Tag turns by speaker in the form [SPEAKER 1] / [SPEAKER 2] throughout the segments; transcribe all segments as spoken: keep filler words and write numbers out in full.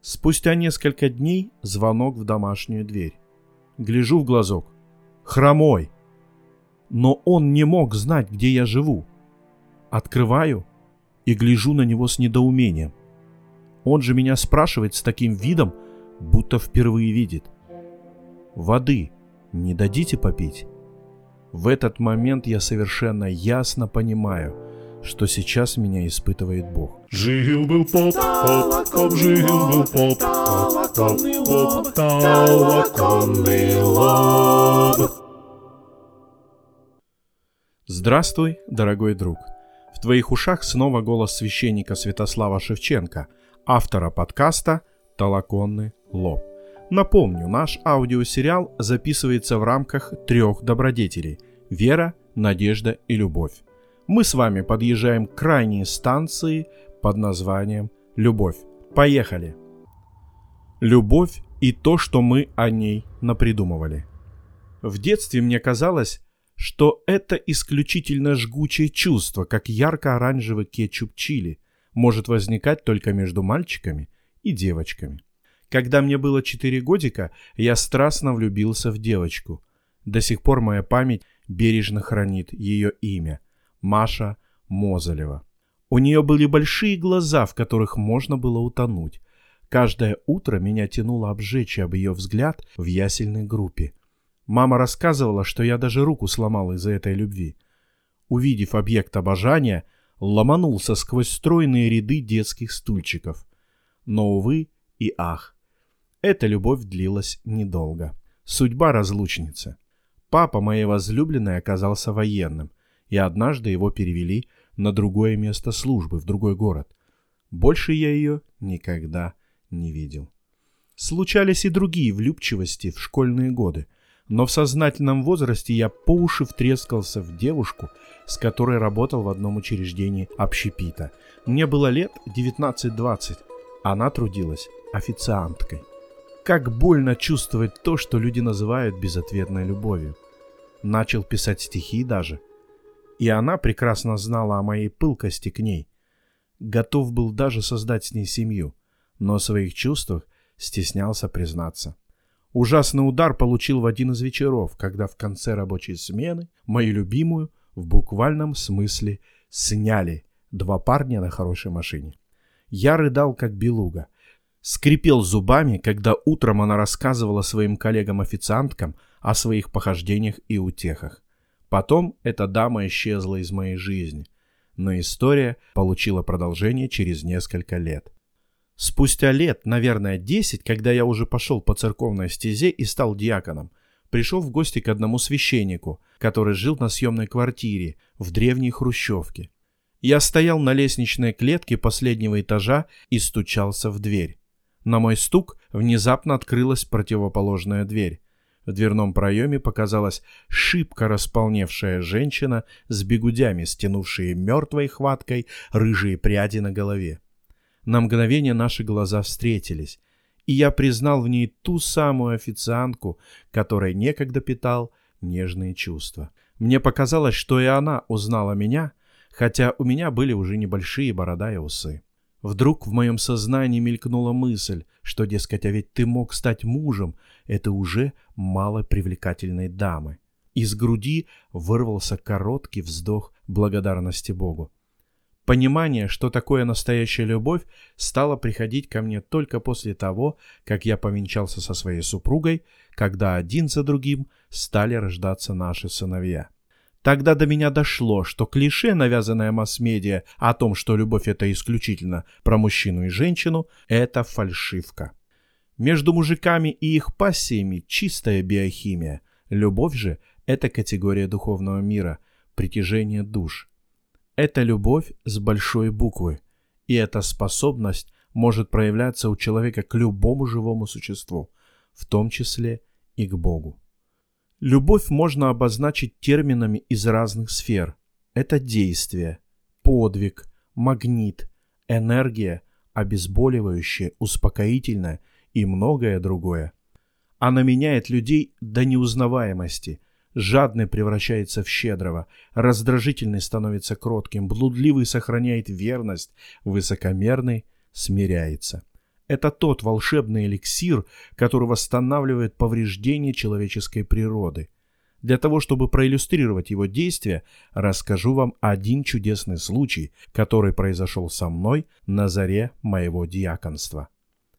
[SPEAKER 1] Спустя несколько дней звонок в домашнюю дверь. Гляжу в глазок. Хромой. Но он не мог знать, где я живу. Открываю и гляжу на него с недоумением. Он же меня спрашивает с таким видом, будто впервые видит. «Воды не дадите попить?» В этот момент я совершенно ясно понимаю, что сейчас меня испытывает Бог.
[SPEAKER 2] Жил-был поп, поп, жил-был поп, поп, поп, толоконный лоб.
[SPEAKER 1] Здравствуй, дорогой друг. В твоих ушах снова голос священника Святослава Шевченко, автора подкаста «Толоконный лоб». Напомню, наш аудиосериал записывается в рамках трех добродетелей – вера, надежда и любовь. Мы с вами подъезжаем к крайней станции под названием «Любовь». Поехали! Любовь и то, что мы о ней напридумывали. В детстве мне казалось, что это исключительно жгучее чувство, как ярко-оранжевый кетчуп чили, может возникать только между мальчиками и девочками. Когда мне было четыре годика, я страстно влюбился в девочку. До сих пор моя память бережно хранит ее имя – Маша Мозолева. У нее были большие глаза, в которых можно было утонуть. Каждое утро меня тянуло обжечь об ее взгляд в ясельной группе. Мама рассказывала, что я даже руку сломал из-за этой любви. Увидев объект обожания, ломанулся сквозь стройные ряды детских стульчиков. Но, увы и ах, эта любовь длилась недолго. Судьба разлучницы. Папа моей возлюбленной оказался военным, и однажды его перевели на другое место службы, в другой город. Больше я ее никогда не видел. Случались и другие влюбчивости в школьные годы, но в сознательном возрасте я по уши втрескался в девушку, с которой работал в одном учреждении общепита. Мне было лет девятнадцать-двадцать, она трудилась официанткой. Как больно чувствовать то, что люди называют безответной любовью. Начал писать стихи даже. И она прекрасно знала о моей пылкости к ней. Готов был даже создать с ней семью, но о своих чувствах стеснялся признаться. Ужасный удар получил в один из вечеров, когда в конце рабочей смены мою любимую в буквальном смысле сняли два парня на хорошей машине. Я рыдал как белуга. Скрипел зубами, когда утром она рассказывала своим коллегам-официанткам о своих похождениях и утехах. Потом эта дама исчезла из моей жизни, но история получила продолжение через несколько лет. Спустя лет, наверное, десять, когда я уже пошел по церковной стезе и стал диаконом, пришел в гости к одному священнику, который жил на съемной квартире в древней хрущевке. Я стоял на лестничной клетке последнего этажа и стучался в дверь. На мой стук внезапно открылась противоположная дверь. В дверном проеме показалась шибко располневшая женщина с бигудями, стянувшие мертвой хваткой рыжие пряди на голове. На мгновение наши глаза встретились, и я признал в ней ту самую официантку, которой некогда питал нежные чувства. Мне показалось, что и она узнала меня, хотя у меня были уже небольшие борода и усы. Вдруг в моем сознании мелькнула мысль, что, дескать, а ведь ты мог стать мужем этой уже малопривлекательной дамы. Из груди вырвался короткий вздох благодарности Богу. Понимание, что такое настоящая любовь, стало приходить ко мне только после того, как я повенчался со своей супругой, когда один за другим стали рождаться наши сыновья. Тогда до меня дошло, что клише, навязанное масс-медиа о том, что любовь — это исключительно про мужчину и женщину, это фальшивка. Между мужиками и их пассиями чистая биохимия. Любовь же — это категория духовного мира, притяжение душ. Это любовь с большой буквы, и эта способность может проявляться у человека к любому живому существу, в том числе и к Богу. Любовь можно обозначить терминами из разных сфер. Это действие, подвиг, магнит, энергия, обезболивающее, успокоительное и многое другое. Она меняет людей до неузнаваемости. Жадный превращается в щедрого, раздражительный становится кротким, блудливый сохраняет верность, высокомерный смиряется. Это тот волшебный эликсир, который восстанавливает повреждения человеческой природы. Для того, чтобы проиллюстрировать его действие, расскажу вам один чудесный случай, который произошел со мной на заре моего диаконства.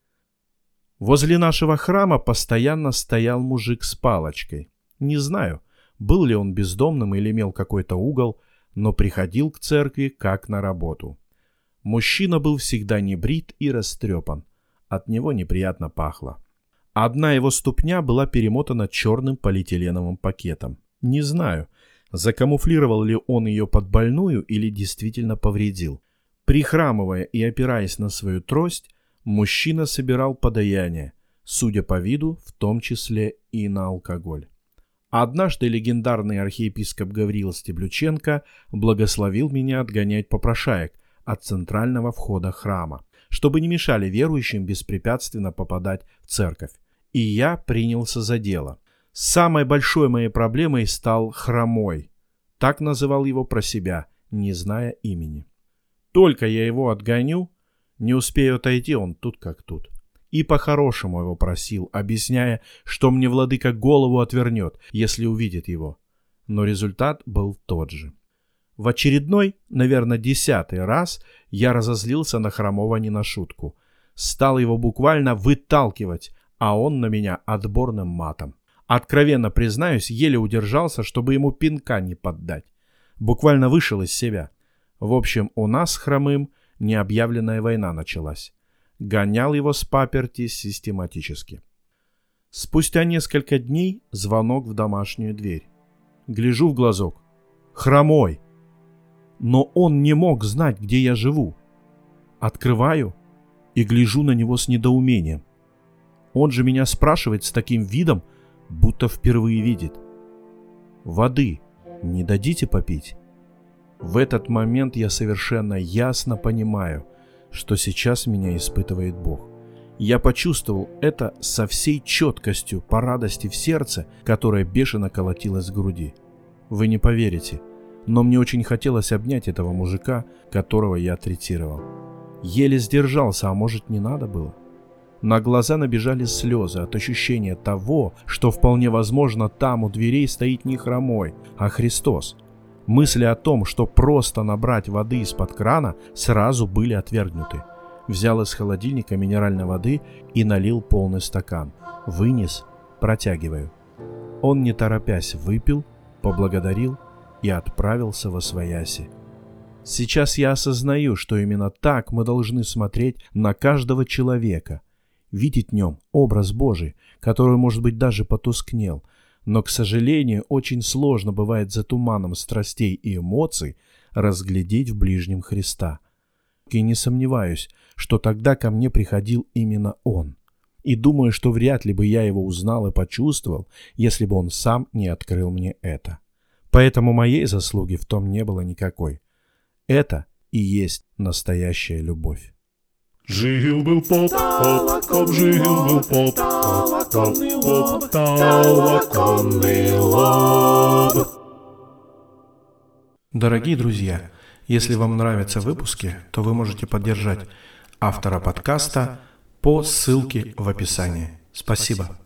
[SPEAKER 1] Возле нашего храма постоянно стоял мужик с палочкой. Не знаю, был ли он бездомным или имел какой-то угол, но приходил к церкви как на работу. Мужчина был всегда небрит и растрепан. От него неприятно пахло. Одна его ступня была перемотана черным полиэтиленовым пакетом. Не знаю, закамуфлировал ли он ее под больную или действительно повредил. Прихрамывая и опираясь на свою трость, мужчина собирал подаяние, судя по виду, в том числе и на алкоголь. Однажды легендарный архиепископ Гавриил Стеблюченко благословил меня отгонять попрошаек от центрального входа храма, чтобы не мешали верующим беспрепятственно попадать в церковь. И я принялся за дело. Самой большой моей проблемой стал хромой. Так называл его про себя, не зная имени. Только я его отгоню, не успею отойти, он тут как тут. И по-хорошему его просил, объясняя, что мне владыка голову отвернет, если увидит его. Но результат был тот же. В очередной, наверное, десятый раз я разозлился на хромого не на шутку. Стал его буквально выталкивать, а он на меня отборным матом. Откровенно признаюсь, еле удержался, чтобы ему пинка не поддать. Буквально вышел из себя. В общем, у нас с хромым необъявленная война началась. Гонял его с паперти систематически. Спустя несколько дней звонок в домашнюю дверь. Гляжу в глазок. Хромой. Но он не мог знать, где я живу. Открываю и гляжу на него с недоумением. Он же меня спрашивает с таким видом, будто впервые видит. «Воды не дадите попить?» В этот момент я совершенно ясно понимаю, что сейчас меня испытывает Бог. Я почувствовал это со всей четкостью по радости в сердце, которая бешено колотилась в груди. Вы не поверите, но мне очень хотелось обнять этого мужика, которого я третировал. Еле сдержался, а может, не надо было? На глаза набежали слезы от ощущения того, что вполне возможно там у дверей стоит не хромой, а Христос. Мысли о том, что просто набрать воды из-под крана, сразу были отвергнуты. Взял из холодильника минеральной воды и налил полный стакан. Вынес, протягиваю. Он, не торопясь, выпил, поблагодарил и отправился восвояси. Сейчас я осознаю, что именно так мы должны смотреть на каждого человека. Видеть в нем образ Божий, который, может быть, даже потускнел. Но, к сожалению, очень сложно бывает за туманом страстей и эмоций разглядеть в ближнем Христа. И не сомневаюсь, что тогда ко мне приходил именно Он. И думаю, что вряд ли бы я его узнал и почувствовал, если бы он сам не открыл мне это. Поэтому моей заслуги в том не было никакой. Это и есть настоящая любовь.
[SPEAKER 2] Жил-был поп, поп, жил-был поп, поп, поп, толоконный лоб.
[SPEAKER 1] Дорогие друзья, если вам нравятся выпуски, то вы можете поддержать автора подкаста по ссылке в описании. Спасибо.